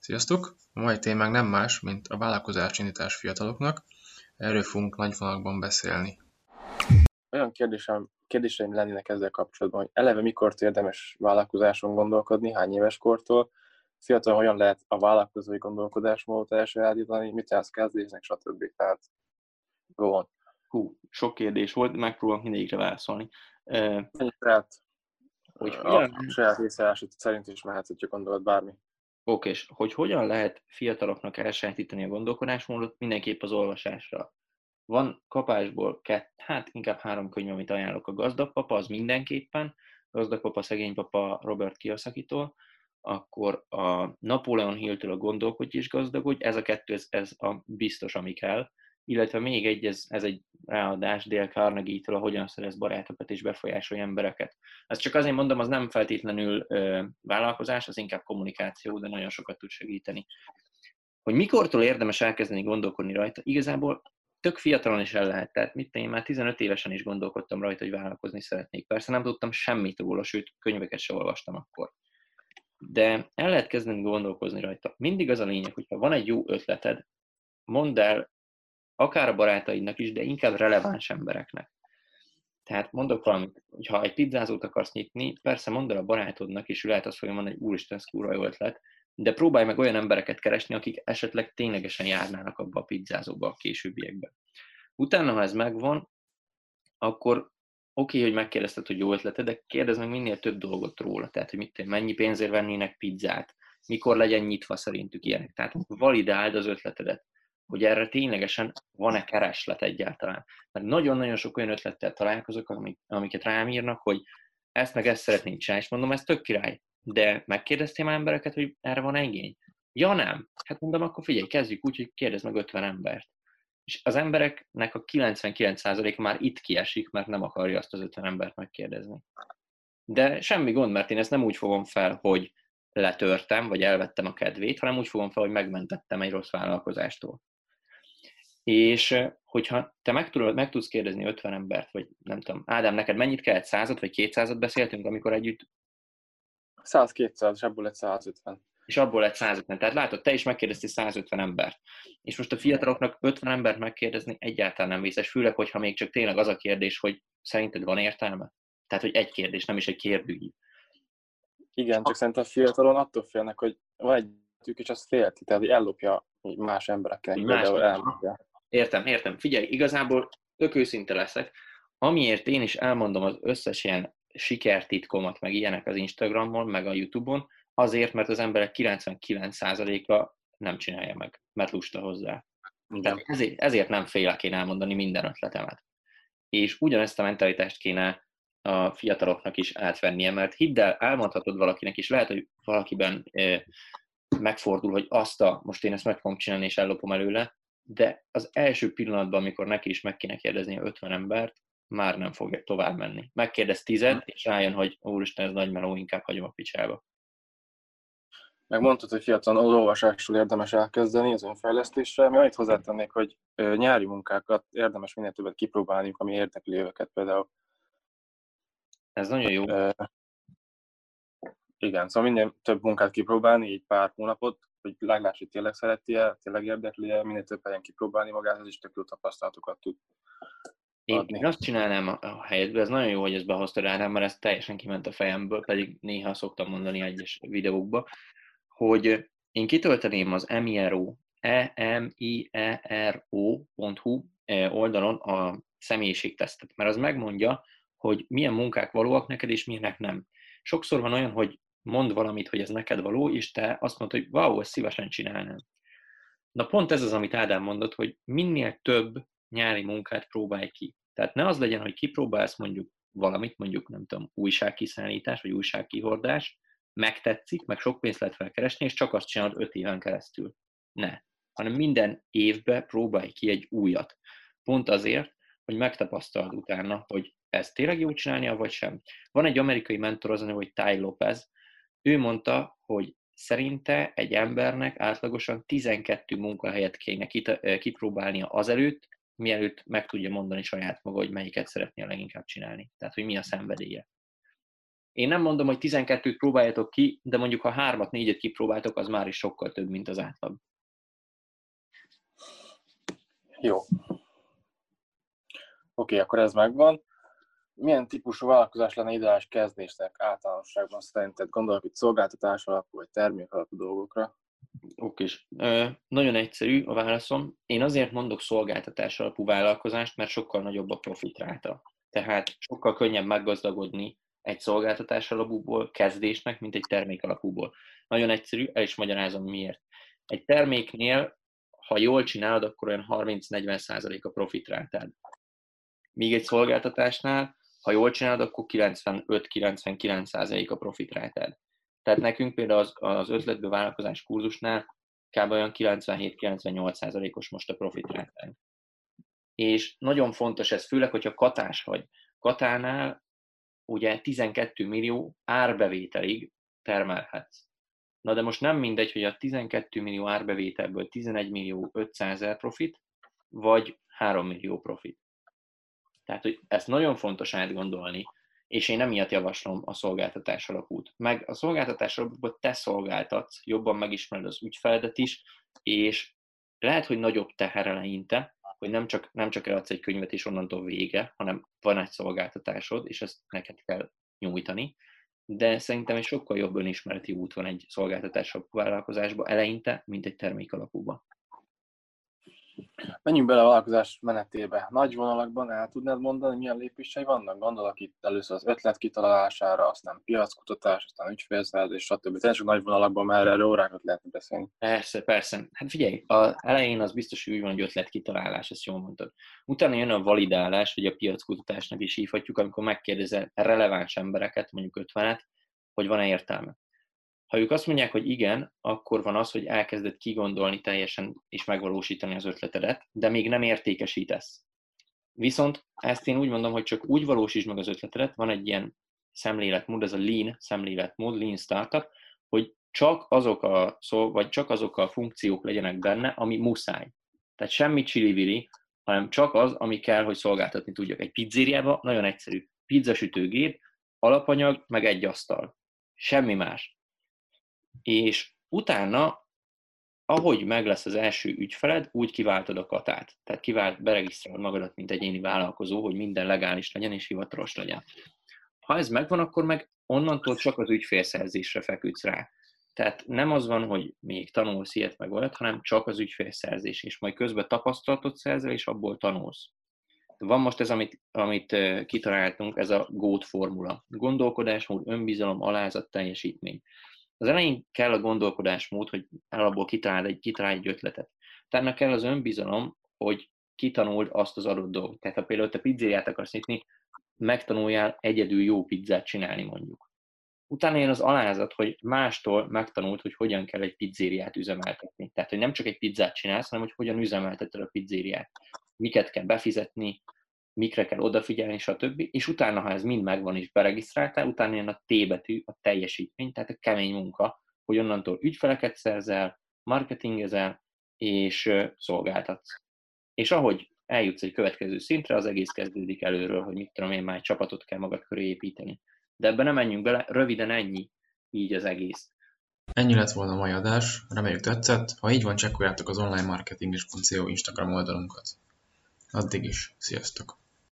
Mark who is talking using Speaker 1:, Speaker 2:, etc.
Speaker 1: Sziasztok! A mai témánk nem más, mint a vállalkozásindítás fiataloknak. Erről fogunk nagy vonalakban beszélni.
Speaker 2: Olyan kérdéseim lennének ezzel kapcsolatban, hogy eleve mikor érdemes vállalkozáson gondolkodni, hány éves kortól, fiatalon hogyan lehet a vállalkozói gondolkodásmódot elsajátítani, mit állsz kezdésnek, stb. Tehát go on.
Speaker 3: Sok kérdés volt, megpróbálok mindegyikre válaszolni.
Speaker 2: Mennyit lehet
Speaker 3: Hogy
Speaker 2: a
Speaker 3: hogyan,
Speaker 2: saját észlelásod szerint is mehetsz, hogyha gondolod bármi.
Speaker 3: és hogy hogyan lehet fiataloknak elsajátítani a gondolkodásmódot, mindenképp az olvasásra. Van kapásból inkább 3 könyv, amit ajánlok. A Gazdag Papa, az mindenképpen, Gazdag Papa, Szegény Papa Robert Kiyosakitól, akkor a Napoleon Hill-től a Gondolkodj és gazdagodj, ez a kettő, ez a biztos, ami kell, illetve még egy, ez egy ráadás Dale Carnegie-től, a Hogyan szerez barátokat és befolyásolj embereket. Ezt csak azért mondom, az nem feltétlenül vállalkozás, az inkább kommunikáció, de nagyon sokat tud segíteni. Hogy mikortól érdemes elkezdeni gondolkodni rajta, igazából tök fiatalon is el lehet. Tehát én már 15 évesen is gondolkodtam rajta, hogy vállalkozni szeretnék. Persze nem tudtam semmit róla, sőt, könyveket se olvastam akkor. De el lehet kezdeni gondolkozni rajta. Mindig az a lényeg, hogyha van egy jó ötleted, mondd el akár a barátaidnak is, de inkább releváns embereknek. Tehát mondok valamit, hogyha egy pizzázót akarsz nyitni, persze mondd el a barátodnak, és ő lehet azt fogja mondani, hogy úristen, ez kurva jó ötlet, de próbálj meg olyan embereket keresni, akik esetleg ténylegesen járnának abba a pizzázóba a későbbiekben. Utána, ha ez megvan, akkor oké, hogy megkérdezted, hogy jó ötlete, de kérdezd meg minél több dolgot róla. Tehát, hogy mennyi pénzért vennének pizzát, mikor legyen nyitva szerintük ilyenek. Tehát validáld az ötletedet, hogy erre ténylegesen van-e kereslet egyáltalán. Mert nagyon-nagyon sok olyan ötlettel találkozok, amiket rám írnak, hogy ezt meg ezt szeretnénk csinálni, és mondom, ez tök király. De megkérdeztél már embereket, hogy erre van igény? Ja nem. Hát mondom, akkor figyelj, kezdjük úgy, hogy kérdezd meg 50 embert. És az embereknek a 99%-a már itt kiesik, mert nem akarja azt az 50 embert megkérdezni. De semmi gond, mert én ezt nem úgy fogom fel, hogy letörtem, vagy elvettem a kedvét, hanem úgy fogom fel, hogy megmentettem egy rossz vállalkozástól. És hogyha te meg tudsz kérdezni 50 embert, vagy nem tudom, Ádám, neked mennyit kellett, 100 vagy 200 beszéltünk, amikor együtt?
Speaker 2: 100-200, és abból lett 150.
Speaker 3: És abból lett 150. Tehát látod, te is megkérdeztél 150 embert. És most a fiataloknak 50 embert megkérdezni egyáltalán nem vészes, főleg, hogyha még csak tényleg az a kérdés, hogy szerinted van értelme? Tehát, hogy egy kérdés, nem is egy kérdőív.
Speaker 2: Igen, csak szerintem a fiatalon attól félnek, hogy van egy tük, és az félti, tehát hogy ellopja más emberekkel.
Speaker 3: Értem. Figyelj, igazából tök őszinte leszek. Amiért én is elmondom az összes ilyen sikertitkomat, meg ilyenek az Instagramon, meg a YouTube-on, azért, mert az emberek 99%-a nem csinálja meg, mert lusta hozzá. Tehát ezért nem félek én elmondani minden ötletemet. És ugyanezt a mentalitást kéne a fiataloknak is átvennie, mert hidd el, elmondhatod valakinek, és lehet, hogy valakiben megfordul, hogy most én ezt meg fogom csinálni, és ellopom előle, de az első pillanatban, amikor neki is meg kéne kérdezni 50 embert, már nem fog tovább menni. Megkérdez 10, és rájön, hogy úristen, ez nagy meló, inkább hagyom a picsába.
Speaker 2: Meg mondtad, hogy fiatalon az olvasásról érdemes elkezdeni, az önfejlesztésre. Mi annyit hozzátennék, hogy nyári munkákat érdemes minél többet kipróbálniuk, ami érdekli őket például.
Speaker 3: Ez nagyon jó.
Speaker 2: Igen, szóval minél több munkát kipróbálni, így pár hónapot, hogy láss, hogy tényleg szereti-e, tényleg érdekli-e, minél több helyen kipróbálni magát, az is tök jó tapasztalatokat tud adni.
Speaker 3: Én azt csinálnám a helyedben, ez nagyon jó, hogy ezt behoztad Ádám, mert ez teljesen kiment a fejemből, pedig néha szoktam mondani egyes videókba, hogy én kitölteném az emiro.hu oldalon a személyiségtesztet, mert az megmondja, hogy milyen munkák valóak neked, és milyenek nem. Sokszor van olyan, hogy mond valamit, hogy ez neked való, és te azt mondod, hogy wow, ezt szívesen csinálnám. Na pont ez az, amit Ádám mondott, hogy minél több nyári munkát próbálj ki. Tehát ne az legyen, hogy kipróbálsz mondjuk valamit, mondjuk nem tudom, újságkiszállítás, vagy újságkihordás, megtetszik, meg sok pénzt lehet felkeresni, és csak azt csinálod 5 éven keresztül. Ne. Hanem minden évben próbálj ki egy újat. Pont azért, hogy megtapasztald utána, hogy ezt tényleg jó csinálnia, vagy sem. Van egy amerikai mentor, az a neve, hogy Tai Lopez. Ő mondta, hogy szerinte egy embernek átlagosan 12 munkahelyet kéne kipróbálnia azelőtt, mielőtt meg tudja mondani saját maga, hogy melyiket szeretné a leginkább csinálni. Tehát, hogy mi a szenvedélye. Én nem mondom, hogy 12-t próbáljatok ki, de mondjuk ha 3-at, 4-et kipróbáltok, az már is sokkal több, mint az átlag.
Speaker 2: Jó. Oké, akkor ez megvan. Milyen típusú vállalkozás lenne ideális kezdésnek általánosságban szerinted? Gondolok itt szolgáltatás alapú vagy termék alapú dolgokra.
Speaker 3: Okés. Nagyon egyszerű a válaszom. Én azért mondok szolgáltatás alapú vállalkozást, mert sokkal nagyobb a profitráta. Tehát sokkal könnyebb meggazdagodni egy szolgáltatás alapúból kezdésnek, mint egy termék alapúból. Nagyon egyszerű, el is magyarázom miért. Egy terméknél, ha jól csinálod, akkor olyan 30-40% a profitrátád. Míg egy szolgáltatásnál, ha jól csinálod, akkor 95-99% a profitrátád. Tehát nekünk például az ötletből vállalkozás kurzusnál kb. Olyan 97-98%-os most a profitrátánk. És nagyon fontos ez, főleg, hogyha katás vagy. Katánál ugye 12 millió árbevételig termelhetsz. Na de most nem mindegy, hogy a 12 millió árbevételből 11 millió 500 000 profit, vagy 3 millió profit. Tehát, hogy ezt nagyon fontos átgondolni, és én emiatt javaslom a szolgáltatás alapút. Meg a szolgáltatás alapúban te szolgáltatsz, jobban megismered az ügyfeledet is, és lehet, hogy nagyobb teher eleinte, hogy nem csak eladsz egy könyvet, és onnantól vége, hanem van egy szolgáltatásod, és ezt neked kell nyújtani. De szerintem egy sokkal jobb önismereti út van egy szolgáltatás alapú vállalkozásba eleinte, mint egy termék alapúba.
Speaker 2: Menjünk bele a vállalkozás menetébe. Nagy vonalakban el tudnád mondani, milyen lépései vannak? Gondolok itt először az ötlet kitalálására, aztán piackutatás, aztán ügyfélszerzés, stb. Tényleg csak nagy vonalakban már erről órákat lehetne beszélni.
Speaker 3: Persze. Hát figyelj, az elején az biztos, hogy úgy van, hogy ötletkitalálás, ezt jól mondtad. Utána jön a validálás, vagy a piackutatásnak is hívhatjuk, amikor megkérdezel releváns embereket, mondjuk 50-et, hogy van-e értelme. Ha ők azt mondják, hogy igen, akkor van az, hogy elkezded kigondolni teljesen és megvalósítani az ötletedet, de még nem értékesítesz. Viszont ezt én úgy mondom, hogy csak úgy valósítsd meg az ötletedet, van egy ilyen szemléletmód, ez a lean szemléletmód, lean startup, hogy csak azok a funkciók legyenek benne, ami muszáj. Tehát semmi csili-vili, hanem csak az, ami kell, hogy szolgáltatni tudjak. Egy pizzériában nagyon egyszerű. Pizzasütőgép, alapanyag, meg egy asztal. Semmi más. És utána, ahogy meg lesz az első ügyfeled, úgy kiváltod a katát. Tehát beregisztrálod magadat, mint egyéni vállalkozó, hogy minden legális legyen és hivatalos legyen. Ha ez megvan, akkor meg onnantól csak az ügyfélszerzésre feküdsz rá. Tehát nem az van, hogy még tanulsz ilyet meg olyat, hanem csak az ügyfélszerzés, és majd közben tapasztalatot szerzel, és abból tanulsz. Van most ez, amit kitaláltunk, ez a GOAT formula. Gondolkodásmód, önbizalom, alázat, teljesítmény. Az elején kell a gondolkodásmód, hogy alapból kitalálj egy ötletet. Utána kell az önbizalom, hogy kitanuld azt az adott dolgot. Tehát ha például te pizzériát akarsz nyitni, megtanuljál egyedül jó pizzát csinálni mondjuk. Utána jön az alázat, hogy mástól megtanult, hogy hogyan kell egy pizzériát üzemeltetni. Tehát, hogy nem csak egy pizzát csinálsz, hanem hogy hogyan üzemelteted a pizzériát. Miket kell befizetni, mikre kell odafigyelni, stb. És utána, ha ez mind megvan és beregisztráltál, utána jön a T betű, a teljesítmény, tehát a kemény munka, hogy onnantól ügyfeleket szerzel, marketingezel és szolgáltatsz. És ahogy eljutsz egy következő szintre, az egész kezdődik előről, hogy mit tudom én, már egy csapatot kell magad köré építeni. De ebben nem menjünk bele, röviden ennyi, így az egész.
Speaker 1: Ennyi lett volna a mai adás, reméljük tetszett, ha így van, csekkoljátok az onlinemarketing.co Instagram oldalunkat. Addig is, sziasztok!